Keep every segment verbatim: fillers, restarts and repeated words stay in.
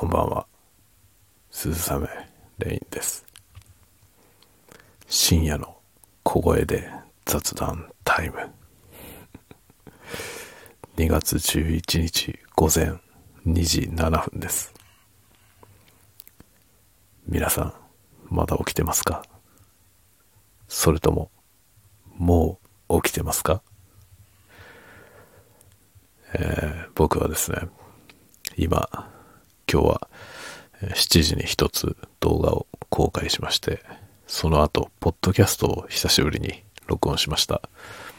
んばんは。鈴雨レインです。深夜の小声で雑談タイム。にがつじゅういちにち午前にじななふんです。皆さんまだ起きてますか？それとももう起きてますか？えー、僕はですね、今今日はしちじに一つ動画を公開しまして、その後ポッドキャストを久しぶりに録音しました。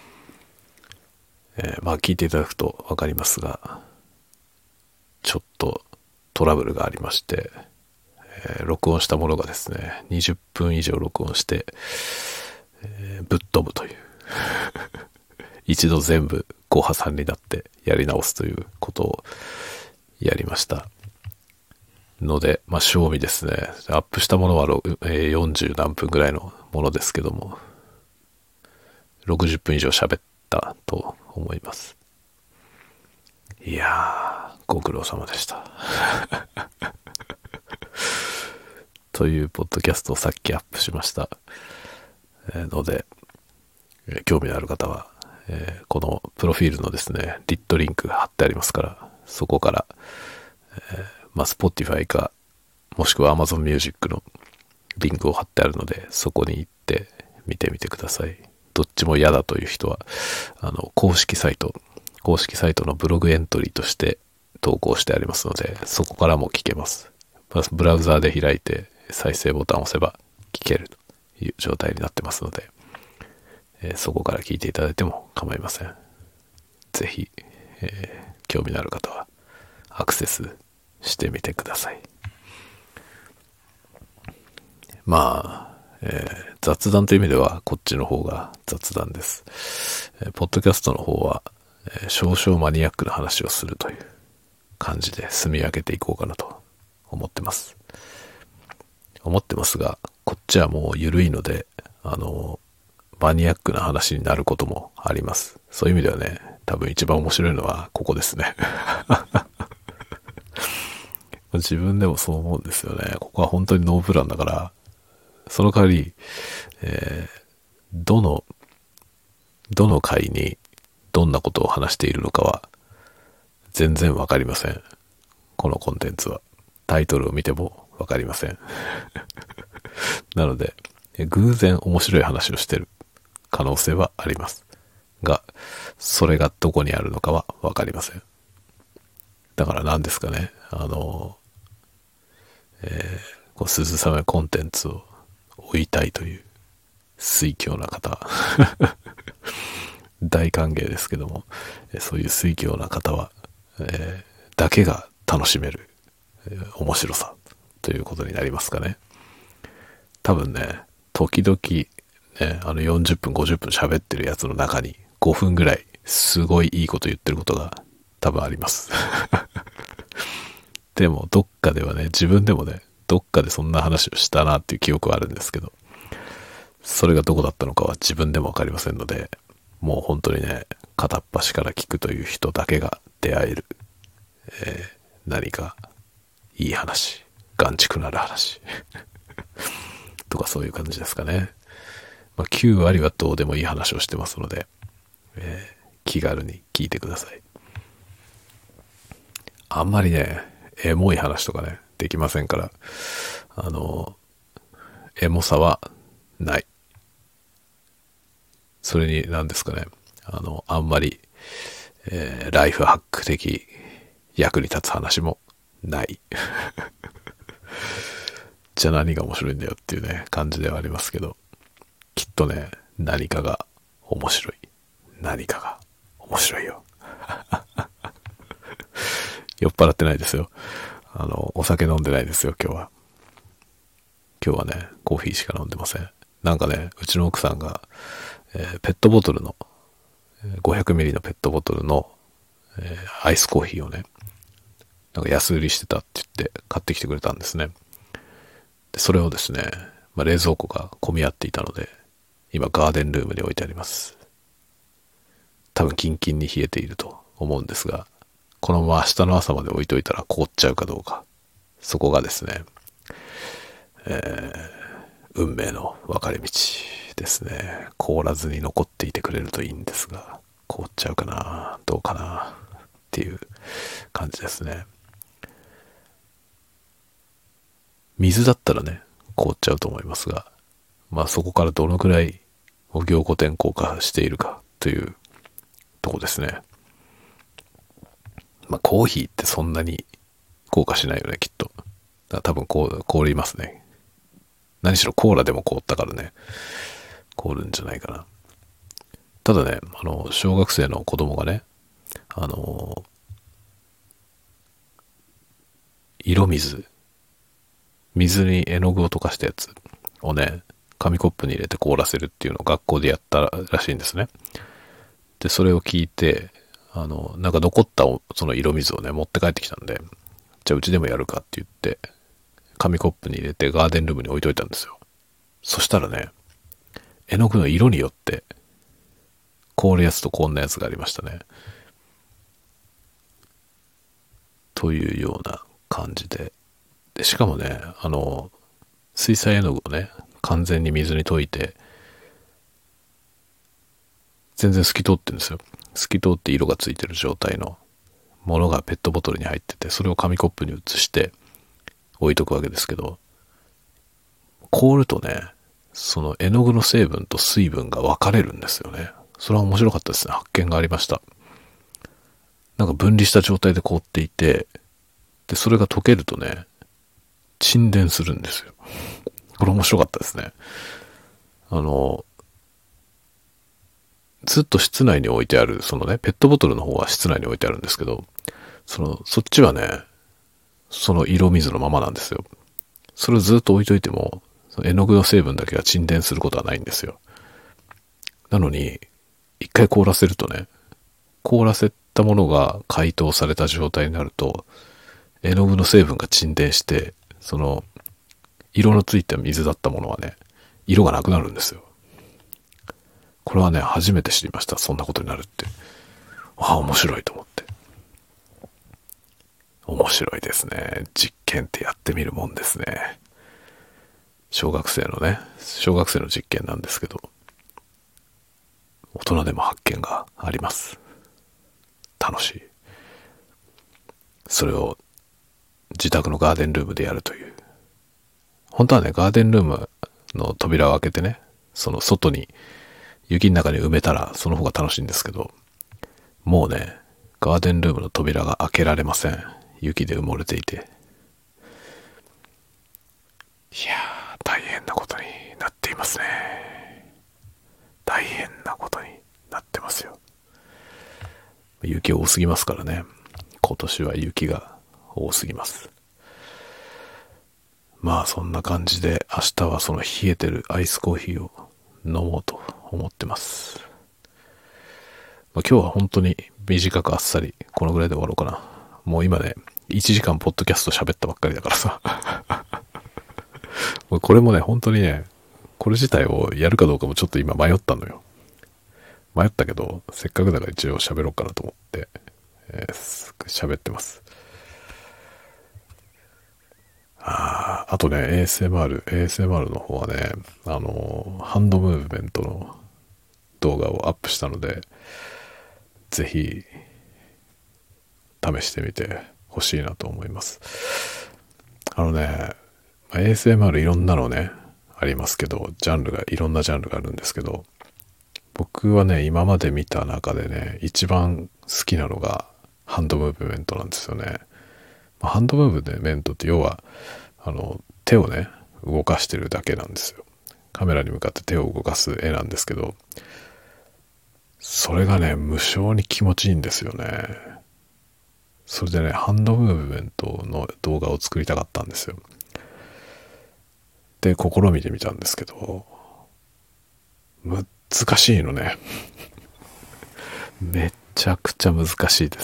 えー、まあ聞いていただくと分かりますが、ちょっとトラブルがありまして、えー、録音したものがですねにじゅっぷん以上録音して、えー、ぶっ飛ぶという一度全部ご破さんになってやり直すということをやりましたので、まあ賞味ですね、アップしたものはよんじゅうなんぷんぐらいのものですけども、ろくじゅっぷん以上喋ったと思います。いやー、ご苦労様でしたというポッドキャストをさっきアップしましたので、興味のある方は、えー、このプロフィールのですねリットリンクが貼ってありますから、そこから、えー、まあ Spotify かもしくは Amazon Music のリンクを貼ってあるので、そこに行って見てみてください。どっちも嫌だという人は、あの公式サイト公式サイトのブログエントリーとして投稿してありますので、そこからも聞けます。ブラウザーで開いて再生ボタンを押せば聞けるという状態になってますので、えー、そこから聞いていただいても構いません。ぜひ、えー、興味のある方はアクセスしてみてください。まあ、えー、雑談という意味ではこっちの方が雑談です。えー、ポッドキャストの方は、えー、少々マニアックな話をするという感じで積み上げていこうかなと思ってます思ってますが、こっちはもう緩いので、あのマニアックな話になることもあります。そういう意味ではね、多分一番面白いのはここですね自分でもそう思うんですよね。ここは本当にノープランだから、その代わり、えー、どのどの回にどんなことを話しているのかは全然わかりません。このコンテンツはタイトルを見てもわかりませんなので偶然面白い話をしてる可能性はありますが、それがどこにあるのかはわかりません。だから何ですかね、あの、えー、こう鈴雨コンテンツを追いたいという酔狂な方大歓迎ですけども、そういう酔狂な方は、えー、だけが楽しめる、えー、面白さということになりますかね。多分ね、時々ね、あのよんじゅっぷんごじゅっぷん喋ってるやつの中にごふんぐらいすごいいいこと言ってることが多分ありますでもどっかではね、自分でもね、どっかでそんな話をしたなっていう記憶はあるんですけど、それがどこだったのかは自分でもわかりませんので、もう本当にね、片っ端から聞くという人だけが出会える、えー、何かいい話、眼畜なる話とかそういう感じですかね。まあ、きゅうわりはどうでもいい話をしてますので、えー、気軽に聞いてください。あんまりね、エモい話とかね、できませんから、あの、エモさはない。それに何ですかね、あの、あんまり、えー、ライフハック的役に立つ話もないじゃあ何が面白いんだよっていうね、感じではありますけど、きっとね、何かが面白い。何かが面白いよ酔っ払ってないですよ。あの、お酒飲んでないですよ、今日は。今日はね、コーヒーしか飲んでません。なんかね、うちの奥さんが、えー、ペットボトルの、ごひゃくミリリットル のペットボトルの、えー、アイスコーヒーをね、なんか安売りしてたって言って買ってきてくれたんですね。で、それをですね、まあ、冷蔵庫が混み合っていたので、今ガーデンルームに置いてあります。多分キンキンに冷えていると思うんですが、このまま明日の朝まで置いといたら凍っちゃうかどうか、 そこがですね、えー、運命の分かれ道ですね。凍らずに残っていてくれるといいんですが、凍っちゃうかな、どうかなっていう感じですね。水だったらね、凍っちゃうと思いますが、まあそこからどのくらい凝固点効果しているかというとこですね。まあコーヒーってそんなに効果しないよね、きっと。だから多分こう凍りますね。何しろコーラでも凍ったからね、凍るんじゃないかな。ただね、あの小学生の子供がね、あの色水水に絵の具を溶かしたやつをね、紙コップに入れて凍らせるっていうのを学校でやったらしいんですね。で、それを聞いて、あの、なんか残ったその色水をね、持って帰ってきたんで、じゃあうちでもやるかって言って、紙コップに入れてガーデンルームに置いといたんですよ。そしたらね、絵の具の色によって、凍るやつと凍んなやつがありましたね。というような感じで。で、しかもね、あの、水彩絵の具をね、完全に水に溶いて、全然透き通ってるんですよ。透き通って色がついてる状態のものがペットボトルに入ってて、それを紙コップに移して置いとくわけですけど、凍るとね、その絵の具の成分と水分が分かれるんですよね。それは面白かったですね。発見がありました。なんか分離した状態で凍っていて、で、それが溶けるとね、沈殿するんですよ。これ面白かったですね。あの、ずっと室内に置いてある、そのね、ペットボトルの方は室内に置いてあるんですけど、その、そっちはね、その色水のままなんですよ。それをずっと置いといても、その絵の具の成分だけが沈殿することはないんですよ。なのに、一回凍らせるとね、凍らせたものが解凍された状態になると、絵の具の成分が沈殿して、その、色のついた水だったものはね、色がなくなるんですよ。これはね、初めて知りました。そんなことになるって。ああ、面白いと思って。面白いですね。実験ってやってみるもんですね。小学生のね、小学生の実験なんですけど、大人でも発見があります。楽しい。それを自宅のガーデンルームでやるという。本当はね、ガーデンルームの扉を開けてね、その外に、雪の中に埋めたらその方が楽しいんですけど、もうね、ガーデンルームの扉が開けられません。雪で埋もれていて。いやー、大変なことになっていますね。大変なことになってますよ。雪多すぎますからね。今年は雪が多すぎます。まあそんな感じで明日はその冷えてるアイスコーヒーを飲もうと思ってます。まあ、今日は本当に短くあっさりこのぐらいで終わろうかな。もう今ね、いちじかんポッドキャスト喋ったばっかりだからさ。これもね、本当にね、これ自体をやるかどうかもちょっと今迷ったのよ。迷ったけど、せっかくだから一応喋ろうかなと思って、えー、喋ってます。ああ、あとね、エーエスエムアール、エーエスエムアール の方はね、あの、ハンドムーブメントの動画をアップしたので、ぜひ、試してみてほしいなと思います。あのね、エーエスエムアール いろんなのね、ありますけど、ジャンルが、いろんなジャンルがあるんですけど、僕はね、今まで見た中でね、一番好きなのがハンドムーブメントなんですよね。ハンドムーブメントって要は、あの、手をね、動かしてるだけなんですよ。カメラに向かって手を動かす絵なんですけど、それがね、無性に気持ちいいんですよね。それでね、ハンドムーブメントの動画を作りたかったんですよ。で、試みてみたんですけど、難しいのね。めちゃくちゃ難しいです。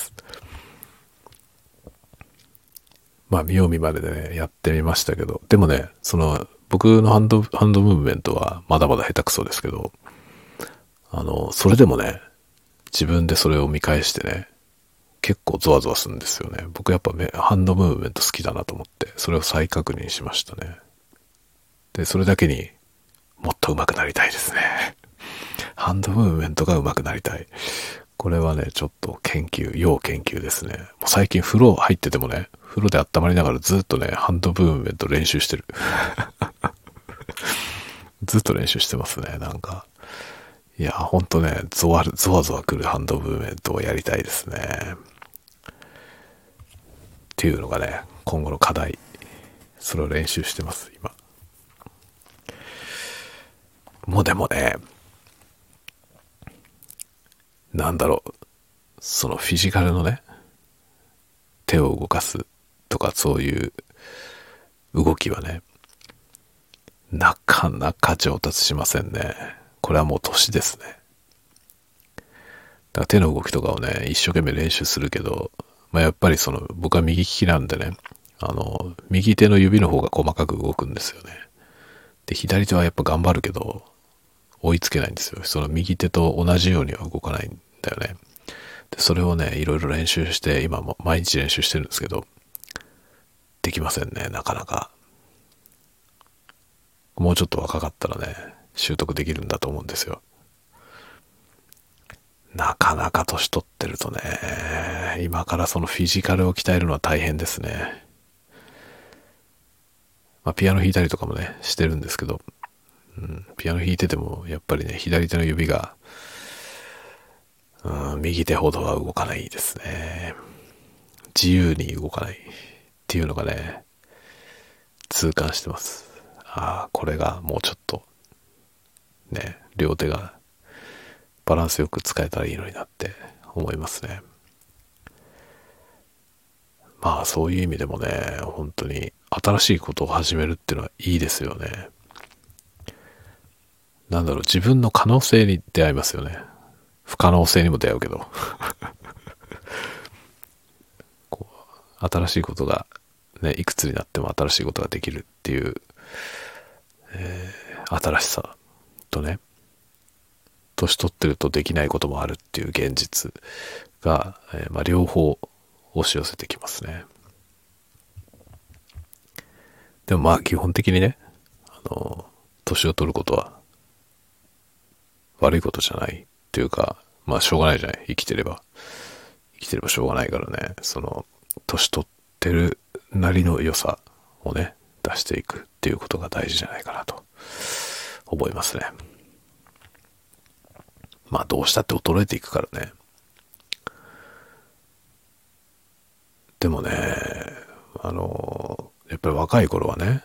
まあ、見よう見まねでね、やってみましたけど、でもね、その、僕のハンド、ハンドムーブメントはまだまだ下手くそですけど、あの、それでもね、自分でそれを見返してね、 結構ゾワゾワするんですよね。僕やっぱハンドムーブメント好きだなと思って、それを再確認しましたね。で、それだけにもっと上手くなりたいですね。ハンドムーブメントが上手くなりたい。これはね、ちょっと研究、要研究ですね。もう最近風呂入っててもね、風呂で温まりながらずっとね、ハンドムーブメント練習してる。ずっと練習してますね、なんか。いや、ほんとね、ゾワ、ゾワゾワくるハンドムーブメントをやりたいですね。っていうのがね、今後の課題。それを練習してます、今。もうでもね、なんだろう、そのフィジカルのね、手を動かすとかそういう動きはね、なかなか上達しませんね。これはもう年ですね。だから手の動きとかをね、一生懸命練習するけど、まあ、やっぱりその、僕は右利きなんでね、あの、右手の指の方が細かく動くんですよね。で、左手はやっぱ頑張るけど、追いつけないんですよ。その右手と同じようには動かないんだよね。で、それをね、いろいろ練習して、今も毎日練習してるんですけど、できませんね、なかなか。もうちょっと若かったらね、習得できるんだと思うんですよ。なかなか年取ってるとね、今からそのフィジカルを鍛えるのは大変ですね。まあ、ピアノ弾いたりとかもね、してるんですけど、うん、ピアノ弾いてても、やっぱりね、左手の指が、うん、右手ほどは動かないですね。自由に動かないっていうのがね、痛感してます。ああ、これがもうちょっと、ね、両手がバランスよく使えたらいいのになって思いますね。まあそういう意味でもね、本当に新しいことを始めるっていうのはいいですよね。なんだろう、自分の可能性に出会いますよね。不可能性にも出会うけど。こう新しいことが、ね、いくつになっても新しいことができるっていう、えー、新しさとね、年取ってるとできないこともあるっていう現実が、えーまあ、両方押し寄せてきますね。でもまあ基本的にね、あの、年を取ることは悪いことじゃないっていうか、まあしょうがないじゃない。生きてれば。生きてればしょうがないからね、その、年取ってるなりの良さをね、出していくっていうことが大事じゃないかなと思いますね。まあどうしたって衰えていくからね。でもね、あの、やっぱり若い頃はね、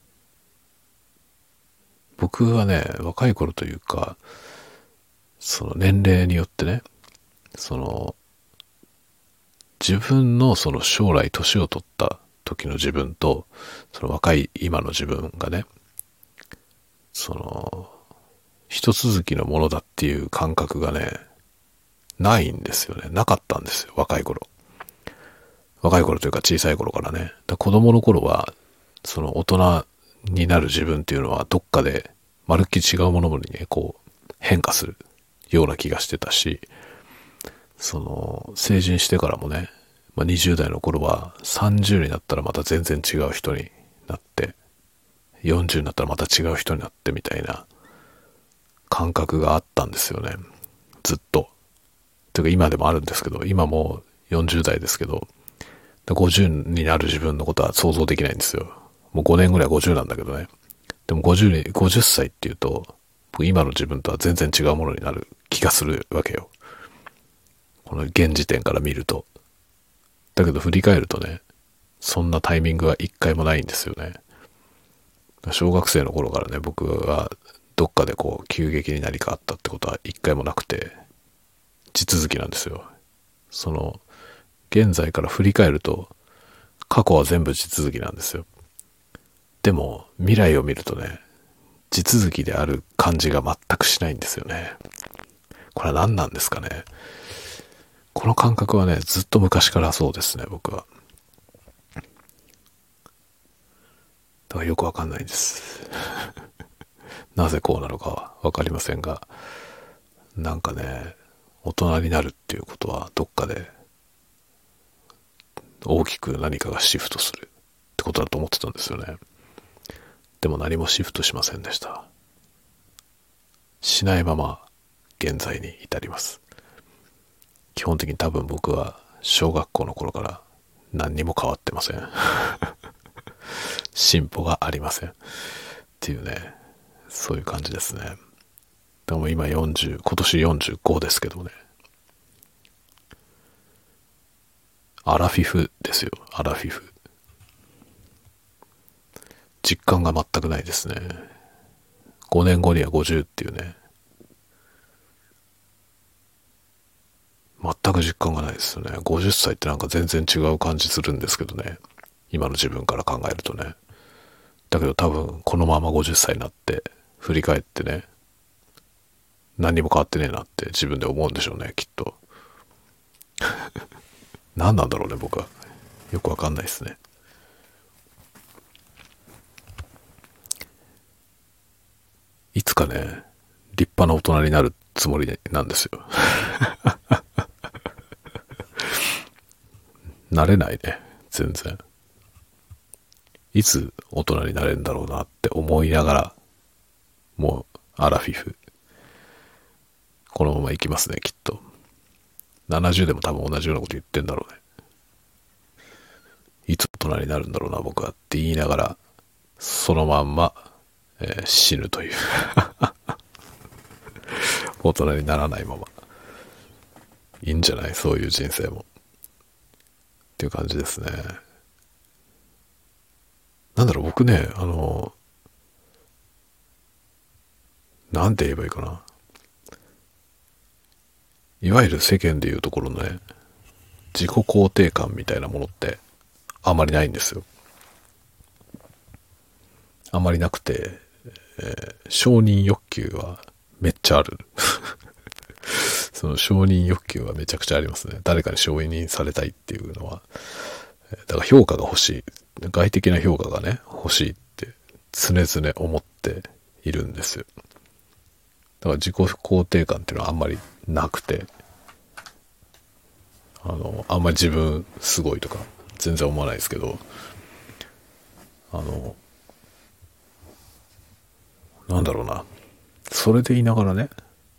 僕はね、若い頃というか、その年齢によってね、その、自分のその将来年を取った時の自分と、その若い今の自分がね、その、一続きのものだっていう感覚がね、ないんですよね。なかったんですよ、若い頃。若い頃というか小さい頃からね。だ子供の頃は、その大人になる自分っていうのはどっかでまるっきり違うものにね、こう変化するような気がしてたし、その成人してからもね、まあ、にじゅう代の頃はさんじゅうになったらまた全然違う人になって、よんじゅうになったらまた違う人になってみたいな感覚があったんですよね。ずっと。というか今でもあるんですけど、今もよんじゅう代ですけど、ごじゅうになる自分のことは想像できないんですよ。もうごねんぐらいごじゅうなんだけどね。でもごじゅうに、ごじゅっさいっていうと、今の自分とは全然違うものになる気がするわけよ。この現時点から見ると。だけど振り返るとね、そんなタイミングは一回もないんですよね。小学生の頃からね、僕はどっかでこう急激に何かあったってことは一回もなくて、地続きなんですよ。その、現在から振り返ると、過去は全部地続きなんですよ。でも、未来を見るとね、地続きである感じが全くしないんですよね。これは何なんですかね。この感覚はね、ずっと昔からそうですね、僕は。だからよくわかんないです。なぜこうなのかはわかりませんが、なんかね、大人になるっていうことはどっかで大きく何かがシフトするってことだと思ってたんですよね。でも何もシフトしませんでした。しないまま現在に至ります。基本的に多分僕は小学校の頃から何にも変わってません。進歩がありませんっていうね、そういう感じですね。でも今よんじゅう、今年よんじゅうごですけどね。アラフィフですよ、アラフィフ。実感が全くないですね。ごねんごにはごじゅうっていうね。全く実感がないですよね。ごじゅっさいってなんか全然違う感じするんですけどね。今の自分から考えるとね。だけど多分このままごじゅっさいになって振り返ってね、何にも変わってねえなって自分で思うんでしょうね、きっと。何なんだろうね、僕は。よくわかんないですね。いつかね、立派な大人になるつもりなんですよ。なれないね、全然。いつ大人になれるんだろうなって思いながら、もうアラフィフ。このまま行きますね、きっと。ななじゅうでも多分同じようなこと言ってんだろうね。いつ大人になるんだろうな、僕はって言いながら、そのまんま、えー死ぬという。大人にならないまま。いいんじゃない？そういう人生も。っていう感じですね。なんだろう、僕ね、あの、なんて言えばいいかな。いわゆる世間でいうところのね、自己肯定感みたいなものってあまりないんですよ。あまりなくて、えー承認欲求はめっちゃある。その承認欲求はめちゃくちゃありますね。誰かに承認されたいっていうのは。だから評価が欲しい。外的な評価がね、欲しいって常々思っているんですよ。だから自己肯定感っていうのはあんまりなくて、あの、あんまり自分すごいとか全然思わないですけど、あの、なんだろうな。それでいながらね、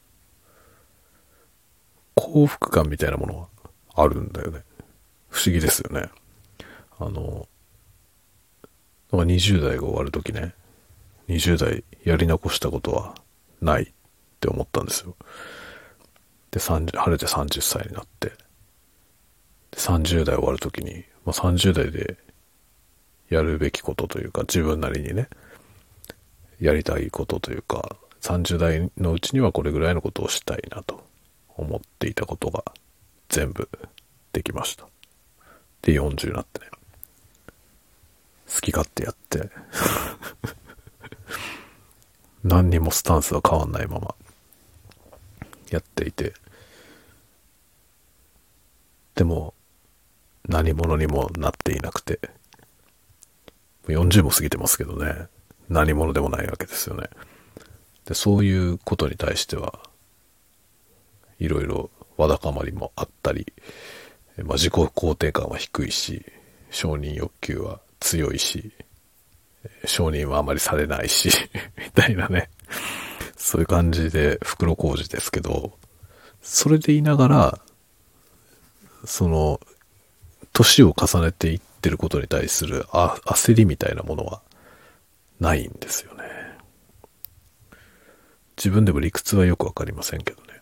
幸福感みたいなものがあるんだよね。不思議ですよね。あの、にじゅう代が終わるときね、にじゅう代やり残したことはないって思ったんですよ。で、さんじゅう晴れてさんじゅっさいになって、さんじゅう代終わるときに、まあ、さんじゅう代でやるべきことというか、自分なりにね、やりたいことというか、さんじゅう代のうちにはこれぐらいのことをしたいなと思っていたことが全部できました。で、よんじゅうになってね、好き勝手やって何にもスタンスは変わんないままやっていて、でも何者にもなっていなくて、よんじゅうも過ぎてますけどね、何者でもないわけですよね。で、そういうことに対してはいろいろわだかまりもあったり、まあ、自己肯定感は低いし、承認欲求は強いし、承認はあまりされないしみたいなね、そういう感じで袋小路ですけど、それで言いながら、その年を重ねていってることに対するあ焦りみたいなものはないんですよね。自分でも理屈はよくわかりませんけどね。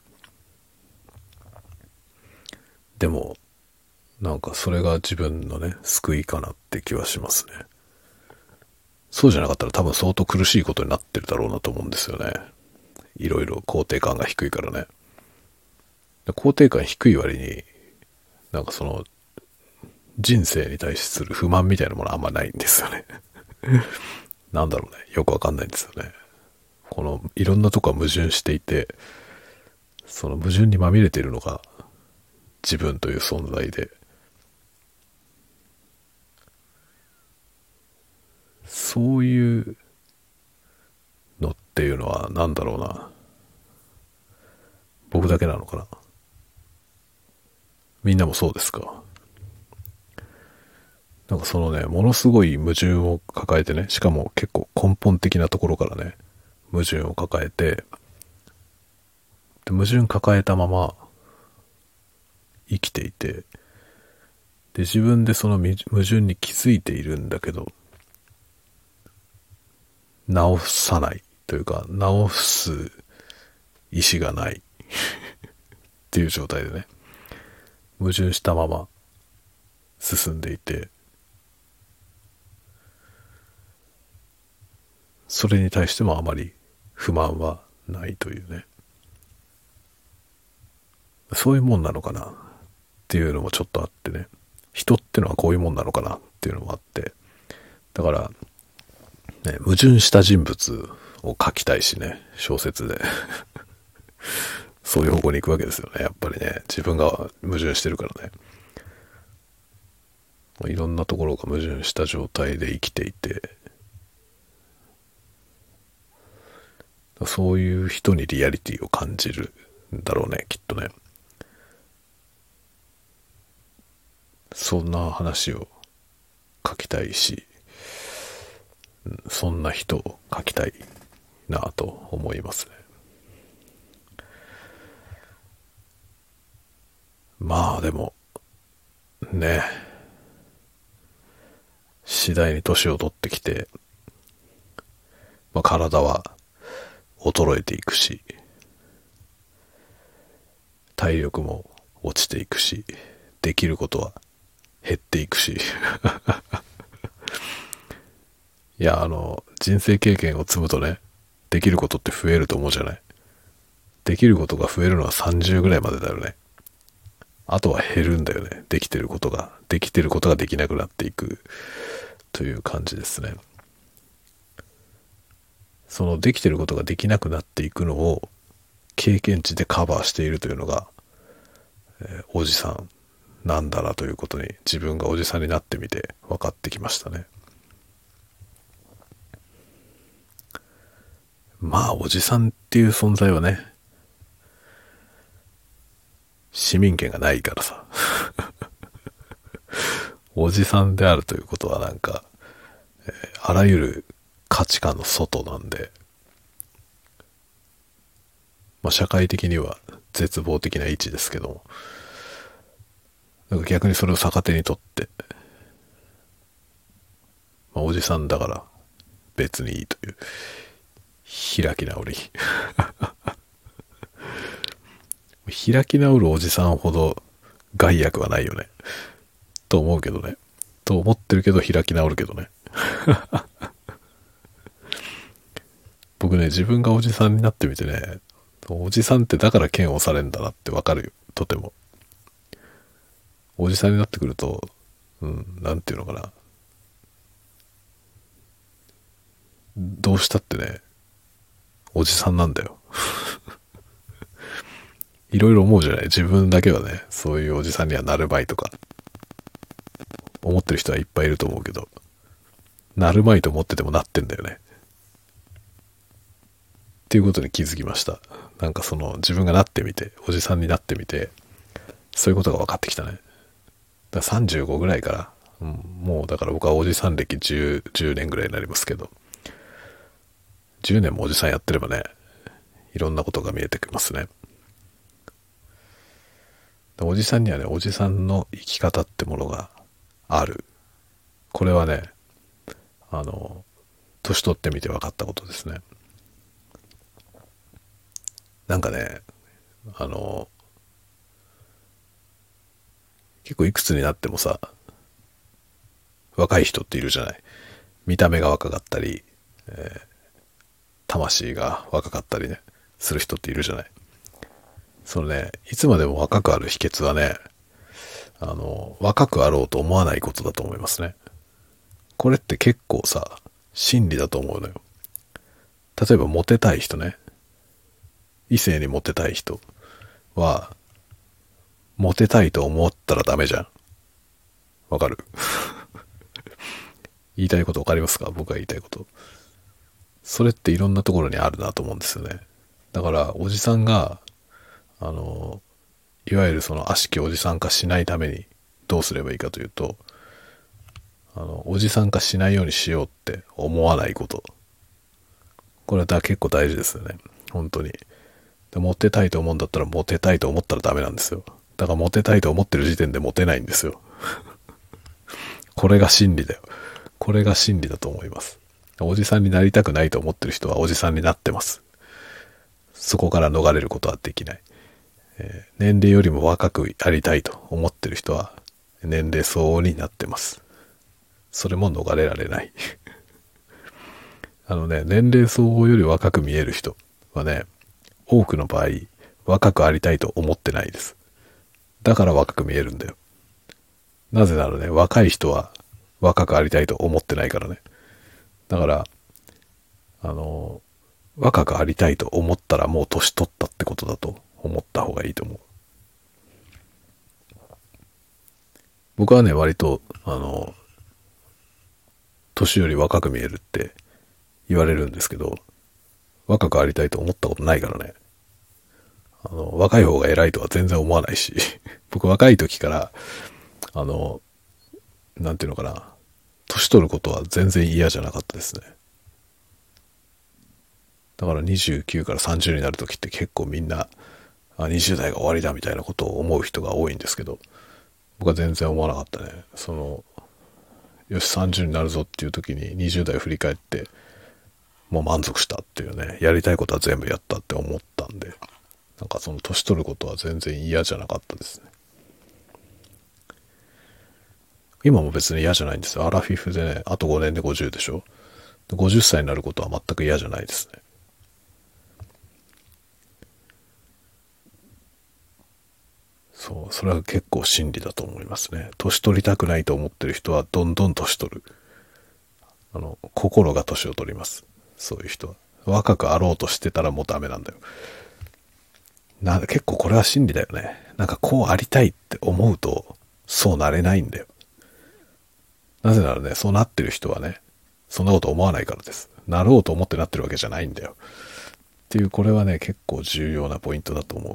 でもなんかそれが自分のね救いかなって気はしますね。そうじゃなかったら多分相当苦しいことになってるだろうなと思うんですよね。いろいろ肯定感が低いからね。肯定感低い割になんかその人生に対する不満みたいなものはあんまないんですよね。なんだろうね。よくわかんないんですよね。このいろんなとこが矛盾していて、その矛盾にまみれているのが自分という存在で、そういうのっていうのはなんだろうな。僕だけなのかな。みんなもそうですか。 かそのね、ものすごい矛盾を抱えてね、しかも結構根本的なところからね、矛盾を抱えて、で矛盾抱えたまま生きていて、で自分でその矛盾に気づいているんだけど、直さないというか、直す意思がないっていう状態でね、矛盾したまま進んでいて、それに対してもあまり不満はないというね、そういうもんなのかなっていうのもちょっとあってね、人ってのはこういうもんなのかなっていうのもあって、だから、ね、矛盾した人物を書きたいしね、小説でそういう方向に行くわけですよね。やっぱりね、自分が矛盾してるからね、いろんなところが矛盾した状態で生きていて、そういう人にリアリティを感じるんだろうね、きっとね。そんな話を書きたいし、そんな人を書きたいなと思いますね。まあでもね、次第に年を取ってきて、まあ、体は衰えていくし、体力も落ちていくし、できることは減っていくしいや、あの人生経験を積むとね、できることって増えると思うじゃない。できることが増えるのはさんじゅうぐらいまでだよね。あとは減るんだよね。できてることができてることができなくなっていくという感じですね。そのできてることができなくなっていくのを経験値でカバーしているというのが、えー、おじさんなんだなということに、自分がおじさんになってみて分かってきましたね。まあおじさんっていう存在はね、市民権がないからさおじさんであるということはなんか、えー、あらゆる価値観の外なんで、まあ社会的には絶望的な位置ですけども、なんか逆にそれを逆手にとって、まあ、おじさんだから別にいいという開き直り開き直るおじさんほど害悪はないよねと思うけどね、と思ってるけど開き直るけどね僕ね、自分がおじさんになってみてね、おじさんってだから嫌悪されんだなってわかるよ。とてもおじさんになってくると、うん、なんていうのかな、どうしたってね、おじさんなんだよいろいろ思うじゃない。自分だけはね、そういうおじさんにはなるまいとか思ってる人はいっぱいいると思うけど、なるまいと思っててもなってんだよねっていうことに気づきました。なんかその自分がなってみて、おじさんになってみて、そういうことが分かってきたね。だからさんじゅうごぐらいから、うん、もうだから僕はおじさん歴じゅう、じゅうねんぐらいになりますけど、じゅうねんもおじさんやってればね、いろんなことが見えてきますね。おじさんにはね、おじさんの生き方ってものがある。これはね、あの、年取ってみて分かったことですね。なんかね、あの、結構いくつになってもさ、若い人っているじゃない。見た目が若かったり、えー魂が若かったりね、する人っているじゃない。そのね、いつまでも若くある秘訣はね、あの、若くあろうと思わないことだと思いますね。これって結構さ、真理だと思うのよ。例えばモテたい人ね。異性にモテたい人は、モテたいと思ったらダメじゃん。わかる言いたいことわかりますか？僕が言いたいこと。それっていろんなところにあるなと思うんですよね。だから、おじさんが、あの、いわゆるその悪しきおじさん化しないためにどうすればいいかというと、ああの、おじさん化しないようにしようって思わないこと。これはだ結構大事ですよね。本当に。でモテたいと思うんだったらモテたいと思ったらダメなんですよ。だからモテたいと思ってる時点でモテないんですよ。これが真理だよ。これが真理だと思います。おじさんになりたくないと思ってる人はおじさんになってます。そこから逃れることはできない。えー、年齢よりも若くありたいと思ってる人は年齢相応になってます。それも逃れられない。あのね、年齢相応より若く見える人はね、多くの場合、若くありたいと思ってないです。だから若く見えるんだよ。なぜならね、若い人は若くありたいと思ってないからね。だから、あの、若くありたいと思ったらもう年取ったってことだと思った方がいいと思う。僕はね、割と、あの、年より若く見えるって言われるんですけど、若くありたいと思ったことないからね。あの、若い方が偉いとは全然思わないし、僕若い時から、あの、なんていうのかな、年取ることは全然嫌じゃなかったですね。だからにじゅうきゅうからさんじゅうになる時って結構みんな、あ、にじゅう代が終わりだみたいなことを思う人が多いんですけど、僕は全然思わなかったね。その、よしさんじゅうになるぞっていう時ににじゅう代振り返って、もう満足したっていうね、やりたいことは全部やったって思ったんで、なんかその年取ることは全然嫌じゃなかったですね。今も別に嫌じゃないんですよ。アラフィフでね、あとごねんでごじゅうでしょ。ごじゅっさいになることは全く嫌じゃないですね。そう、それは結構真理だと思いますね。年取りたくないと思ってる人はどんどん年取る。あの、心が年を取ります。そういう人は。若くあろうとしてたらもうダメなんだよ。な、結構これは真理だよね。なんかこうありたいって思うと、そうなれないんだよ。なぜならね、そうなってる人はね、そんなこと思わないからです。なろうと思ってなってるわけじゃないんだよ。っていう、これはね、結構重要なポイントだと思う。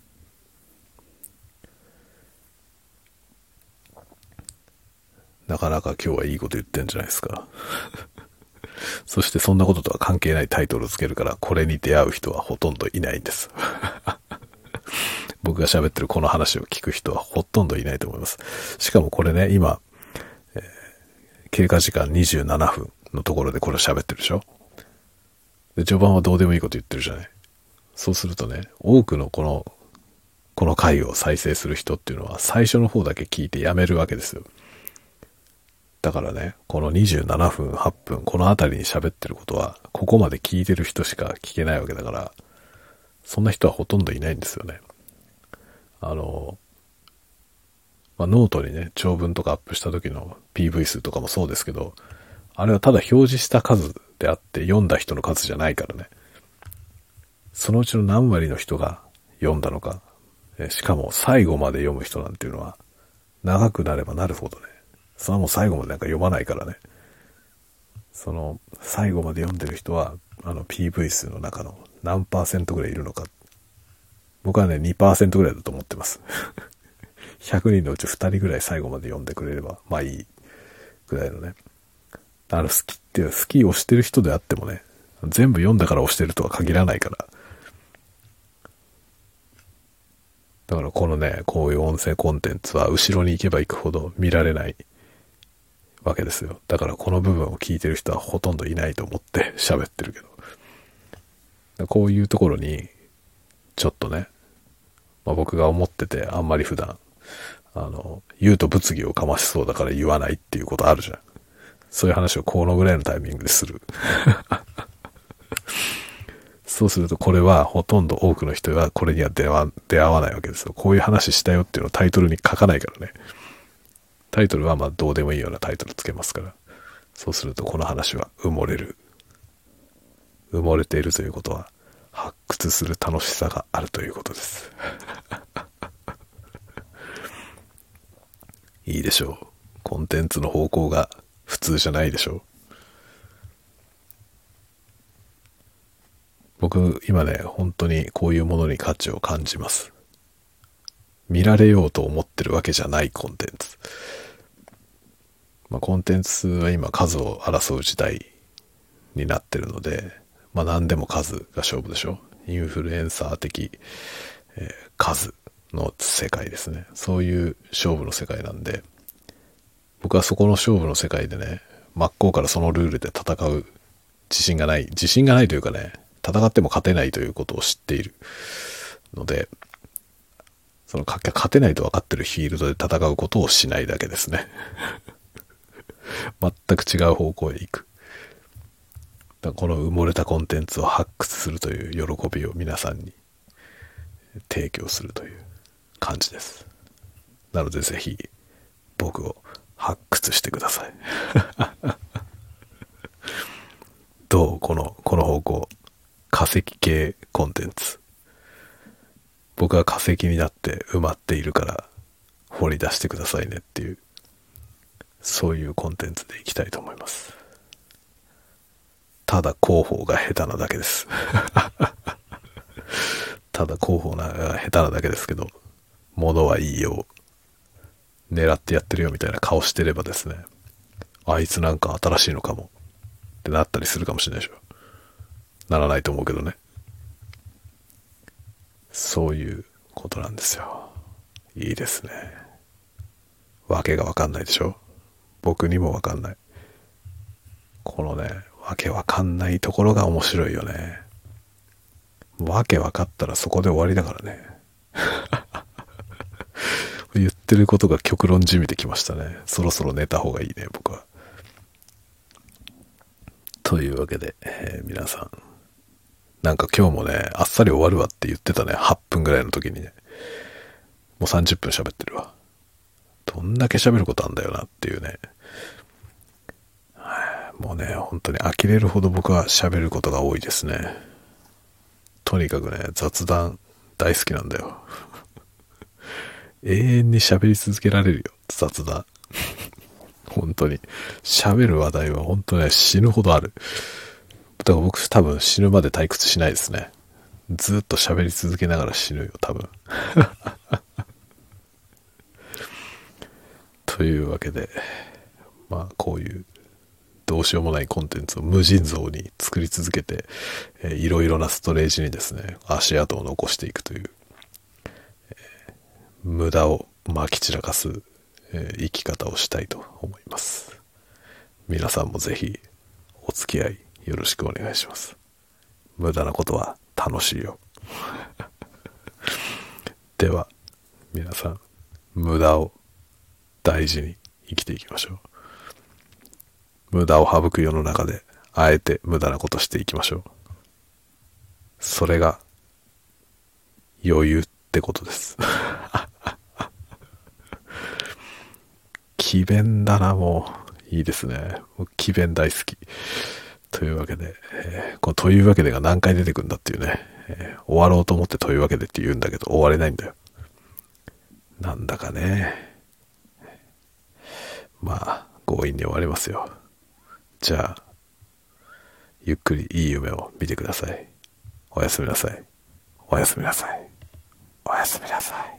なかなか今日はいいこと言ってんじゃないですか。そしてそんなこととは関係ないタイトルをつけるから、これに出会う人はほとんどいないんです。僕が喋ってるこの話を聞く人はほとんどいないと思います。しかもこれね、今、えー、経過時間にじゅうななふんのところでこれを喋ってるでしょ。で、序盤はどうでもいいこと言ってるじゃない。そうするとね、多くのこの、この回を再生する人っていうのは最初の方だけ聞いてやめるわけですよ。だからね、このにじゅうななふん、はっぷん、このあたりに喋ってることは、ここまで聞いてる人しか聞けないわけだから、そんな人はほとんどいないんですよね。あの、まあ、ノートにね、長文とかアップした時の ピーブイ 数とかもそうですけど、あれはただ表示した数であって読んだ人の数じゃないからね。そのうちの何割の人が読んだのか、しかも最後まで読む人なんていうのは、長くなればなるほどね、それはもう最後までなんか読まないからね。その最後まで読んでる人はあの ピーブイ 数の中の何パーセントぐらいいるのか。僕はね にパーセント ぐらいだと思ってます。ひゃくにんのうちふたりぐらい最後まで読んでくれればまあいいぐらいのね。あの好きって好きをしてる人であってもね、全部読んだから押してるとは限らないから。だからこのね、こういう音声コンテンツは後ろに行けば行くほど見られないわけですよ。だからこの部分を聞いてる人はほとんどいないと思って喋ってるけど。こういうところに、ちょっとね、まあ、僕が思っててあんまり普段、あの、言うと物議をかましそうだから言わないっていうことあるじゃん。そういう話をこのぐらいのタイミングでする。そうするとこれはほとんど多くの人はこれには出会わ、出会わないわけですよ。こういう話したよっていうのをタイトルに書かないからね。タイトルはまあどうでもいいようなタイトルつけますから。そうするとこの話は埋もれる。埋もれているということは発掘する楽しさがあるということです。いいでしょう。コンテンツの方向が普通じゃないでしょう。僕今ね、本当にこういうものに価値を感じます。見られようと思ってるわけじゃないコンテンツ。 まあ、コンテンツは今数を争う時代になってるので、まあ、何でも数が勝負でしょ。インフルエンサー的、えー数の世界ですね。そういう勝負の世界なんで、僕はそこの勝負の世界でね、真っ向からそのルールで戦う自信がない、自信がないというかね、戦っても勝てないということを知っているので、その勝てないと分かってるフィールドで戦うことをしないだけですね。全く違う方向へ行く。だからこの埋もれたコンテンツを発掘するという喜びを皆さんに提供するという感じです。なのでぜひ僕を発掘してください。どうこの、この方向。化石系コンテンツ。僕は化石になって埋まっているから掘り出してくださいねっていう、そういうコンテンツでいきたいと思います。ただ広報が下手なだけです。ただ広報が下手なだけですけど、物はいいよう狙ってやってるよみたいな顔してればですね、あいつなんか新しいのかもってなったりするかもしれないでしょ。ならないと思うけどね。そういうことなんですよ。いいですね。わけがわかんないでしょ。僕にもわかんない。このね、わけわかんないところが面白いよね。わけわかったらそこで終わりだからね。言ってることが極論じみてきましたね。そろそろ寝た方がいいね、僕は。というわけで、えー皆さん、なんか今日もね、あっさり終わるわって言ってたね。はっぷんぐらいの時にね。もうさんじゅっぷん喋ってるわ。どんだけ喋ることあんだよなっていうね。もうね、本当に呆れるほど僕は喋ることが多いですね。とにかくね、雑談大好きなんだよ。永遠に喋り続けられるよ、雑談。本当に。喋る話題は本当ね、死ぬほどある。だから僕多分死ぬまで退屈しないですね。ずっと喋り続けながら死ぬよ、多分。というわけで、まあこういうどうしようもないコンテンツを無尽蔵に作り続けて、えー、いろいろなストレージにですね、足跡を残していくという、えー、無駄をまき散らかす、えー、生き方をしたいと思います。皆さんもぜひお付き合いよろしくお願いします。無駄なことは楽しいよ。では皆さん、無駄を大事に生きていきましょう。無駄を省く世の中であえて無駄なことしていきましょう。それが余裕ってことです。奇弁だな。もういいですね。奇弁大好きというわけで、えー、このというわけでが何回出てくるんだっていうね、えー、終わろうと思ってというわけでって言うんだけど終われないんだよ。なんだかね。まあ強引に終わりますよ。じゃあゆっくりいい夢を見てください。おやすみなさい。おやすみなさい。おやすみなさい。